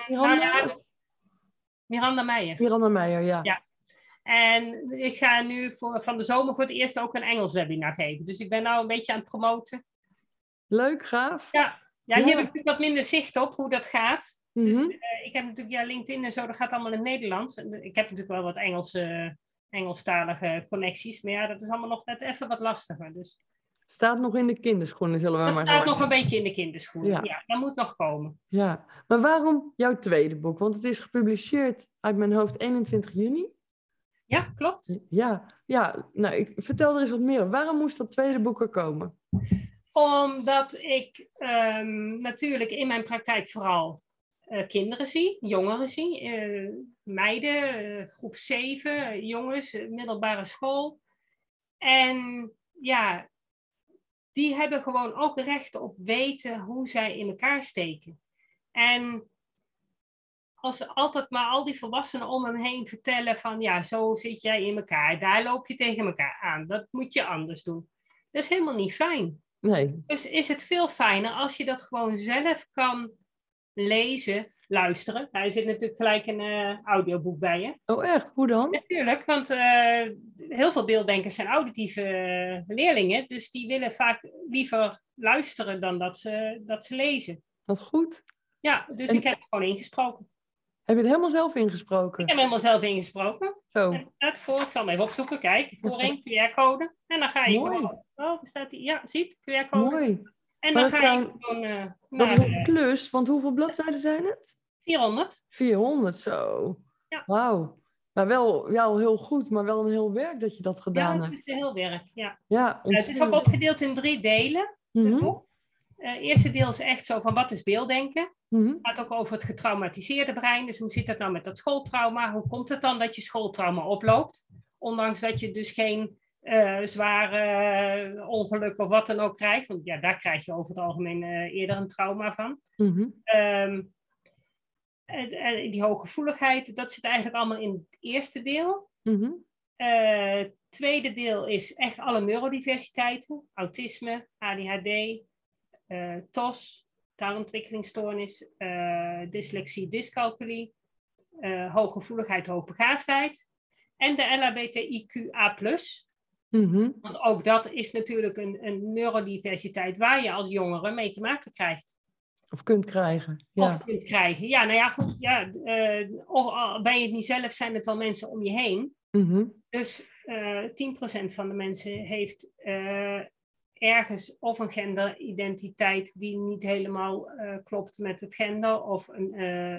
Miranda Meijer. Miranda Meijer, ja. En ik ga nu van de zomer voor het eerst ook een Engels webinar geven. Dus ik ben nou een beetje aan het promoten. Leuk, gaaf. Ja, hier heb ik natuurlijk wat minder zicht op hoe dat gaat. Dus ik heb natuurlijk LinkedIn en zo, dat gaat allemaal in het Nederlands. Ik heb natuurlijk wel wat Engelstalige connecties. Maar ja, dat is allemaal nog net even wat lastiger. Dus. Staat nog in de kinderschoenen, zullen we maar zeggen. Dat staat nog een beetje in de kinderschoenen. Ja, dat moet nog komen. Ja, maar waarom jouw tweede boek? Want het is gepubliceerd uit mijn hoofd 21 juni. Ja, klopt. Ja. Nou, vertel er eens wat meer. Waarom moest dat tweede boek er komen? Omdat ik natuurlijk in mijn praktijk vooral kinderen zie, jongeren zie, meiden, groep 7, jongens, middelbare school. En ja, die hebben gewoon ook recht op weten hoe zij in elkaar steken. En als altijd maar al die volwassenen om hem heen vertellen van ja, zo zit jij in elkaar, daar loop je tegen elkaar aan, dat moet je anders doen. Dat is helemaal niet fijn. Nee. Dus is het veel fijner als je dat gewoon zelf kan lezen, luisteren. Er zit natuurlijk gelijk een audioboek bij je. Oh echt? Hoe dan? Natuurlijk, want heel veel beelddenkers zijn auditieve leerlingen. Dus die willen vaak liever luisteren dan dat ze lezen. Wat goed. Ja, dus ik heb het gewoon ingesproken. Heb je het helemaal zelf ingesproken? Ik heb helemaal zelf ingesproken. Zo. Ik zal hem even opzoeken. Kijk, voorin QR-code. En dan ga je gewoon... Oh, staat die? Ja, ziet, QR-code. Mooi. En dan ga je gewoon... dat is een plus, want hoeveel bladzijden zijn het? 400. 400, zo. Ja. Wauw. Maar wel heel goed, maar wel een heel werk dat je dat gedaan hebt. Ja, het is een heel werk, ja. Het is ook opgedeeld in 3 delen, het boek. Het eerste deel is echt zo van wat is beelddenken. Het gaat ook over het getraumatiseerde brein. Dus hoe zit het nou met dat schooltrauma? Hoe komt het dan dat je schooltrauma oploopt? Ondanks dat je dus geen zware ongeluk of wat dan ook krijgt. Want ja, daar krijg je over het algemeen eerder een trauma van. Die hooggevoeligheid, dat zit eigenlijk allemaal in het eerste deel. Het tweede deel is echt alle neurodiversiteiten. Autisme, ADHD, TOS, taalontwikkelingsstoornis, dyslexie, dyscalculie, hooggevoeligheid, hoogbegaafdheid en de LHBTIQA+. Want ook dat is natuurlijk een neurodiversiteit waar je als jongere mee te maken krijgt. Of kunt krijgen. Ja, nou ja, goed. Ja, ben je het niet zelf, zijn het wel mensen om je heen. Dus 10% van de mensen heeft ergens of een genderidentiteit die niet helemaal klopt met het gender of een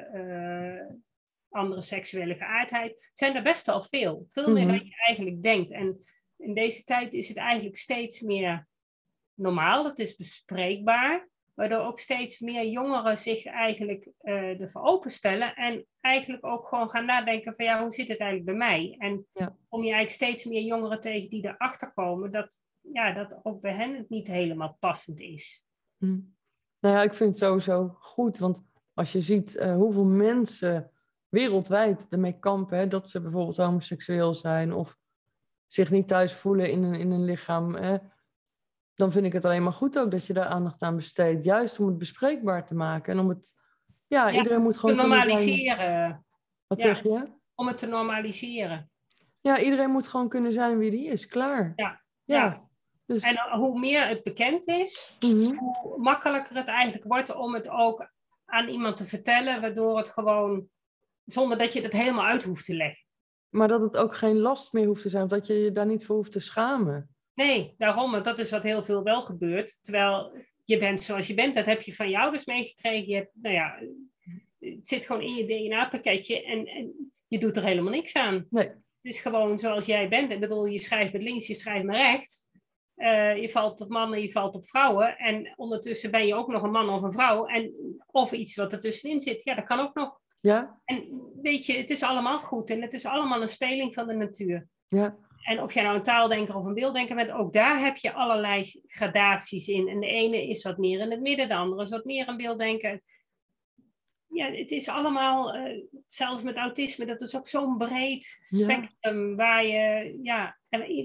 andere seksuele geaardheid. Het zijn er best wel veel. Veel meer dan je eigenlijk denkt. En in deze tijd is het eigenlijk steeds meer normaal. Het is bespreekbaar. Waardoor ook steeds meer jongeren zich eigenlijk ervoor openstellen. En eigenlijk ook gewoon gaan nadenken van ja, hoe zit het eigenlijk bij mij? En kom je eigenlijk steeds meer jongeren tegen die erachter komen dat ja, dat ook bij hen het niet helemaal passend is. Hm. Nou ja, ik vind het sowieso goed, want als je ziet hoeveel mensen wereldwijd ermee kampen, hè, dat ze bijvoorbeeld homoseksueel zijn of zich niet thuis voelen in een lichaam, dan vind ik het alleen maar goed ook dat je daar aandacht aan besteedt. Juist om het bespreekbaar te maken en om het, ja, Ja, iedereen moet te gewoon kunnen zijn. normaliseren. Wat Ja, zeg je? om het te normaliseren. Ja, iedereen moet gewoon kunnen zijn wie die is, klaar. Ja, ja. Ja, dus, En hoe meer het bekend is, hoe makkelijker het eigenlijk wordt om het ook aan iemand te vertellen, waardoor het gewoon, zonder dat je het helemaal uit hoeft te leggen. maar dat het ook geen last meer hoeft te zijn, of dat je je daar niet voor hoeft te schamen. Nee, daarom, want dat is wat heel veel wel gebeurt. Terwijl je bent zoals je bent, dat heb je van je ouders meegekregen. Je hebt, nou ja, het zit gewoon in je DNA-pakketje en je doet er helemaal niks aan. Nee. Het is gewoon zoals jij bent. Ik bedoel, je schrijft met links, je schrijft met rechts. Je valt op mannen, je valt op vrouwen. En ondertussen ben je ook nog een man of een vrouw. Of iets wat er tussenin zit. Ja, dat kan ook nog. Ja? En weet je, het is allemaal goed. En het is allemaal een speling van de natuur. Ja. En of jij nou een taaldenker of een beelddenker bent, ook daar heb je allerlei gradaties in. En de ene is wat meer in het midden, de andere is wat meer een beelddenker. Ja, het is allemaal, zelfs met autisme, dat is ook zo'n breed spectrum waar je, ja,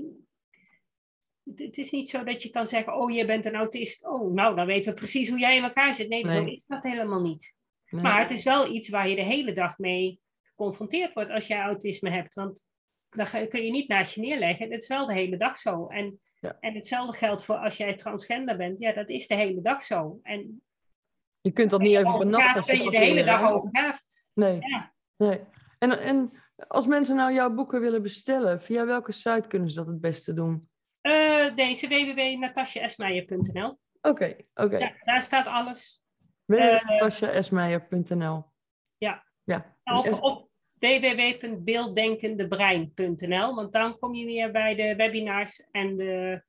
het is niet zo dat je kan zeggen, oh, je bent een autist. Oh, nou, dan weten we precies hoe jij in elkaar zit. Nee, zo is dat helemaal niet. Nee. Maar het is wel iets waar je de hele dag mee geconfronteerd wordt als jij autisme hebt. Want dan kun je niet naast je neerleggen. Het is wel de hele dag zo. En hetzelfde geldt voor als jij transgender bent. Ja, dat is de hele dag zo. En je kunt dat niet even op een nacht. Ben je de hele dag overgaafd. Nee. Ja. Nee. En als mensen nou jouw boeken willen bestellen, via welke site kunnen ze dat het beste doen? Deze www.natasjaesmeijer.nl. Oké. Ja, daar staat alles. www.natasjaesmeijer.nl. Ja. Ja. Of op www.beelddenkendebrein.nl, want dan kom je weer bij de webinars en we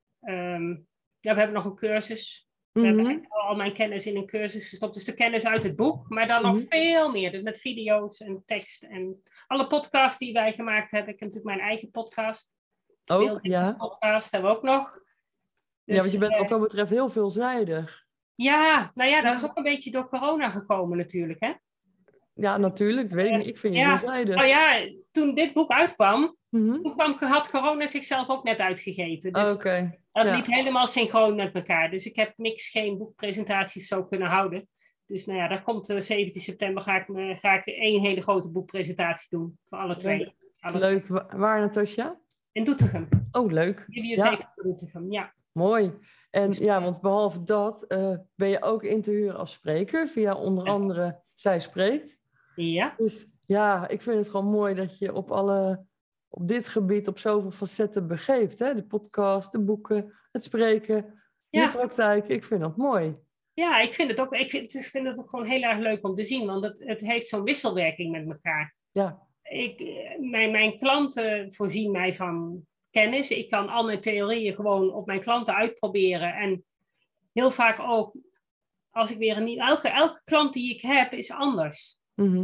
hebben nog een cursus. We hebben al mijn kennis in een cursus gestopt. Dus de kennis uit het boek, maar dan nog veel meer. Dus met video's en tekst en alle podcasts die wij gemaakt hebben. Ik heb natuurlijk mijn eigen podcast. Ook, podcast hebben we ook nog. Dus, ja, want je bent wat dat betreft heel veelzijdig. Ja, nou ja, dat is ook een beetje door corona gekomen natuurlijk, hè? Ja, natuurlijk. Dat weet ik niet. Ik vind je veelzijdig. Nou ja, toen dit boek uitkwam, had corona zichzelf ook net uitgegeven. Dus dat liep helemaal synchroon met elkaar. Dus ik heb geen boekpresentaties zo kunnen houden. Dus nou ja, daar komt 17 september ga ik één hele grote boekpresentatie doen. Voor alle twee. Leuk. Waar, Natasja? In Doetinchem. Oh, leuk. Bibliotheek van Doetinchem, ja. Mooi. En ja, want behalve dat ben je ook in te huren als spreker via onder andere Zij Spreekt. Ja. Dus ja, ik vind het gewoon mooi dat je op dit gebied op zoveel facetten begeeft. Hè? De podcast, de boeken, het spreken, je praktijk. Ik vind dat mooi. Ja, ik vind het ook gewoon heel erg leuk om te zien, want het heeft zo'n wisselwerking met elkaar. Ja. Mijn klanten voorzien mij van kennis. Ik kan al mijn theorieën gewoon op mijn klanten uitproberen. En heel vaak ook, als ik weer elke klant die ik heb is anders.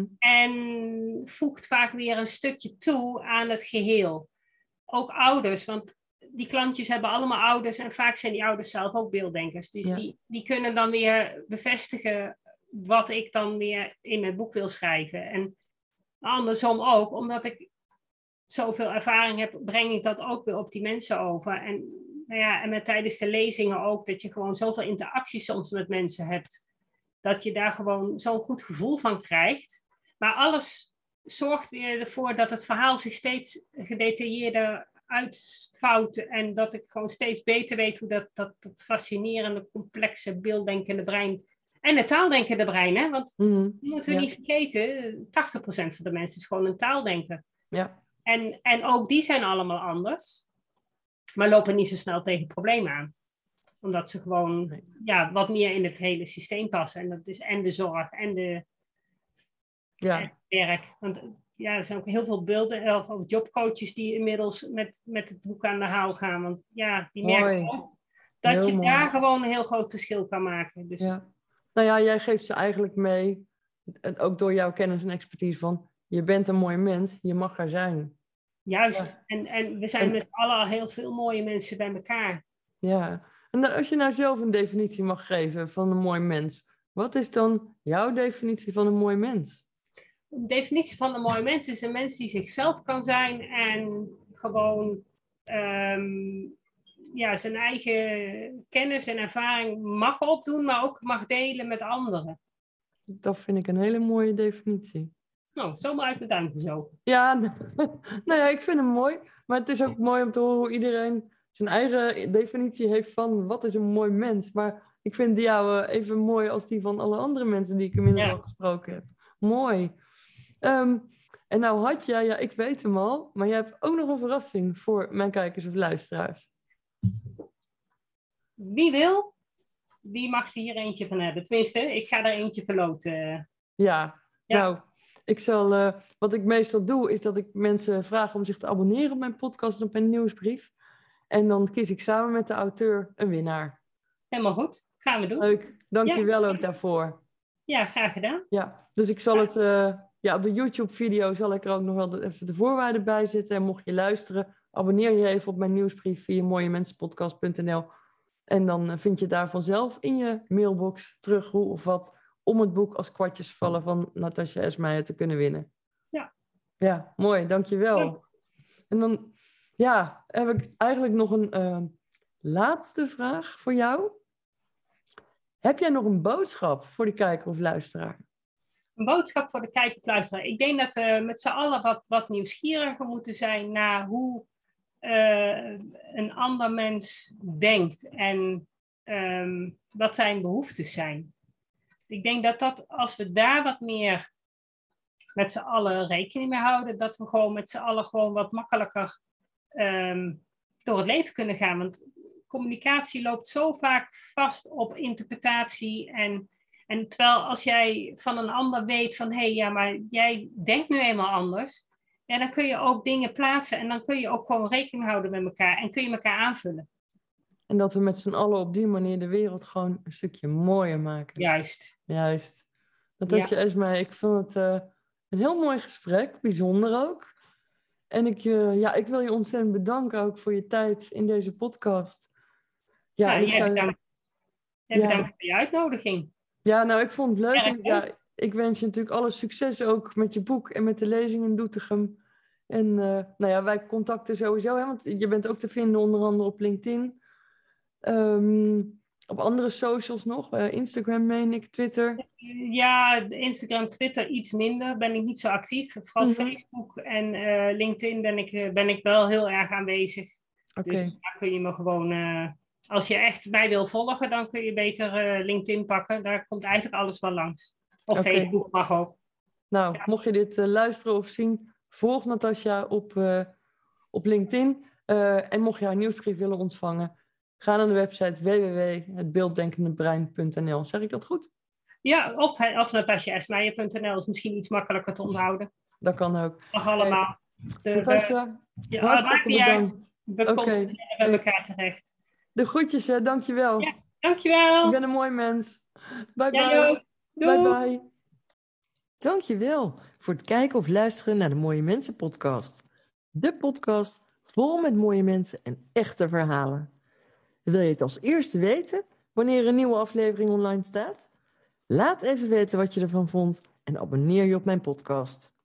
En voegt vaak weer een stukje toe aan het geheel. Ook ouders, want die klantjes hebben allemaal ouders en vaak zijn die ouders zelf ook beelddenkers. Dus die kunnen dan weer bevestigen wat ik dan weer in mijn boek wil schrijven. En andersom ook, omdat ik zoveel ervaring heb, breng ik dat ook weer op die mensen over. En, nou ja, en tijdens de lezingen ook, dat je gewoon zoveel interactie soms met mensen hebt, dat je daar gewoon zo'n goed gevoel van krijgt. Maar alles zorgt weer ervoor dat het verhaal zich steeds gedetailleerder uitvouwt en dat ik gewoon steeds beter weet hoe dat fascinerende, complexe, beelddenkende brein en het taaldenkende brein, hè? Want dat moeten we niet vergeten, 80% van de mensen is gewoon een taaldenker. Ja. En ook die zijn allemaal anders, maar lopen niet zo snel tegen problemen aan. Omdat ze gewoon wat meer in het hele systeem passen. En dat is en de zorg en het werk. Want er zijn ook heel veel beelden of jobcoaches die inmiddels met het boek aan de haal gaan. Want die merken ook dat heel je mooi. Daar gewoon een heel groot verschil kan maken. Dus. Ja. Nou ja, jij geeft ze eigenlijk mee, ook door jouw kennis en expertise van, je bent een mooi mens, je mag er zijn. Juist. En we zijn met z'n allen al heel veel mooie mensen bij elkaar. Ja, en als je nou zelf een definitie mag geven van een mooi mens, wat is dan jouw definitie van een mooi mens? De definitie van een mooi mens is een mens die zichzelf kan zijn en gewoon zijn eigen kennis en ervaring mag opdoen, maar ook mag delen met anderen. Dat vind ik een hele mooie definitie. Nou, zomaar uit mijn duim gezogen. Ja, nou ja, ik vind hem mooi. Maar het is ook mooi om te horen hoe iedereen zijn eigen definitie heeft van wat is een mooi mens. Maar ik vind die jou even mooi als die van alle andere mensen die ik inmiddels al gesproken heb. Mooi. En nou had jij, ja, ik weet hem al, maar jij hebt ook nog een verrassing voor mijn kijkers of luisteraars. Wie wil, die mag er hier eentje van hebben. Tenminste, ik ga er eentje verloten. Ja. Nou, wat ik meestal doe, is dat ik mensen vraag om zich te abonneren op mijn podcast en op mijn nieuwsbrief. En dan kies ik samen met de auteur een winnaar. Helemaal goed, gaan we doen. Leuk, dank je wel ook daarvoor. Ja, graag gedaan. Ja, dus ik zal het, op de YouTube-video zal ik er ook nog wel even de voorwaarden bij zetten. En mocht je luisteren, abonneer je even op mijn nieuwsbrief via mooiemensenpodcast.nl. En dan vind je daar vanzelf in je mailbox terug hoe of wat om het boek Als kwartjes vallen van Natasja Esmeijer te kunnen winnen. Ja. Ja, mooi, dankjewel. Ja. En dan heb ik eigenlijk nog een laatste vraag voor jou. Heb jij nog een boodschap voor de kijker of luisteraar? Een boodschap voor de kijker of luisteraar. Ik denk dat we met z'n allen wat nieuwsgieriger moeten zijn naar hoe een ander mens denkt en wat zijn behoeftes zijn. Ik denk dat als we daar wat meer met z'n allen rekening mee houden, dat we gewoon met z'n allen gewoon wat makkelijker door het leven kunnen gaan. Want communicatie loopt zo vaak vast op interpretatie en terwijl als jij van een ander weet van maar jij denkt nu eenmaal anders, ja, dan kun je ook dingen plaatsen en dan kun je ook gewoon rekening houden met elkaar en kun je elkaar aanvullen. En dat we met z'n allen op die manier de wereld gewoon een stukje mooier maken. Juist. Natasja Esmeijer, ik vond het een heel mooi gesprek, bijzonder ook. En ik wil je ontzettend bedanken ook voor je tijd in deze podcast. Bedankt voor je uitnodiging. Ja, nou, ik vond het leuk. En, ik wens je natuurlijk alle succes ook met je boek en met de lezing in Doetinchem. En wij contacten sowieso, hè, want je bent ook te vinden onder andere op LinkedIn. Op andere socials nog, Instagram meen ik, Twitter. Ja, Instagram, Twitter iets minder, ben ik niet zo actief. Vooral Facebook en LinkedIn ben ik wel heel erg aanwezig. Okay. Dus daar kun je me gewoon, als je echt mij wil volgen, dan kun je beter LinkedIn pakken. Daar komt eigenlijk alles wel langs. Of Facebook mag ook. Nou, mocht je dit luisteren of zien, volg Natasja op LinkedIn. En mocht je haar nieuwsbrief willen ontvangen, ga naar de website www.hetbeelddenkendebrein.nl. Zeg ik dat goed? Ja, of natasjaesmeijer.nl is misschien iets makkelijker te onthouden. Dat kan ook. Mag allemaal. Natasja, maakt niet uit. We komen bij elkaar terecht. De groetjes, dankjewel. Ja, dankjewel. Ik ben een mooi mens. Bye bye. Doei. Bye bye. Dankjewel voor het kijken of luisteren naar de Mooie Mensen podcast. De podcast vol met mooie mensen en echte verhalen. Wil je het als eerste weten wanneer een nieuwe aflevering online staat? Laat even weten wat je ervan vond en abonneer je op mijn podcast.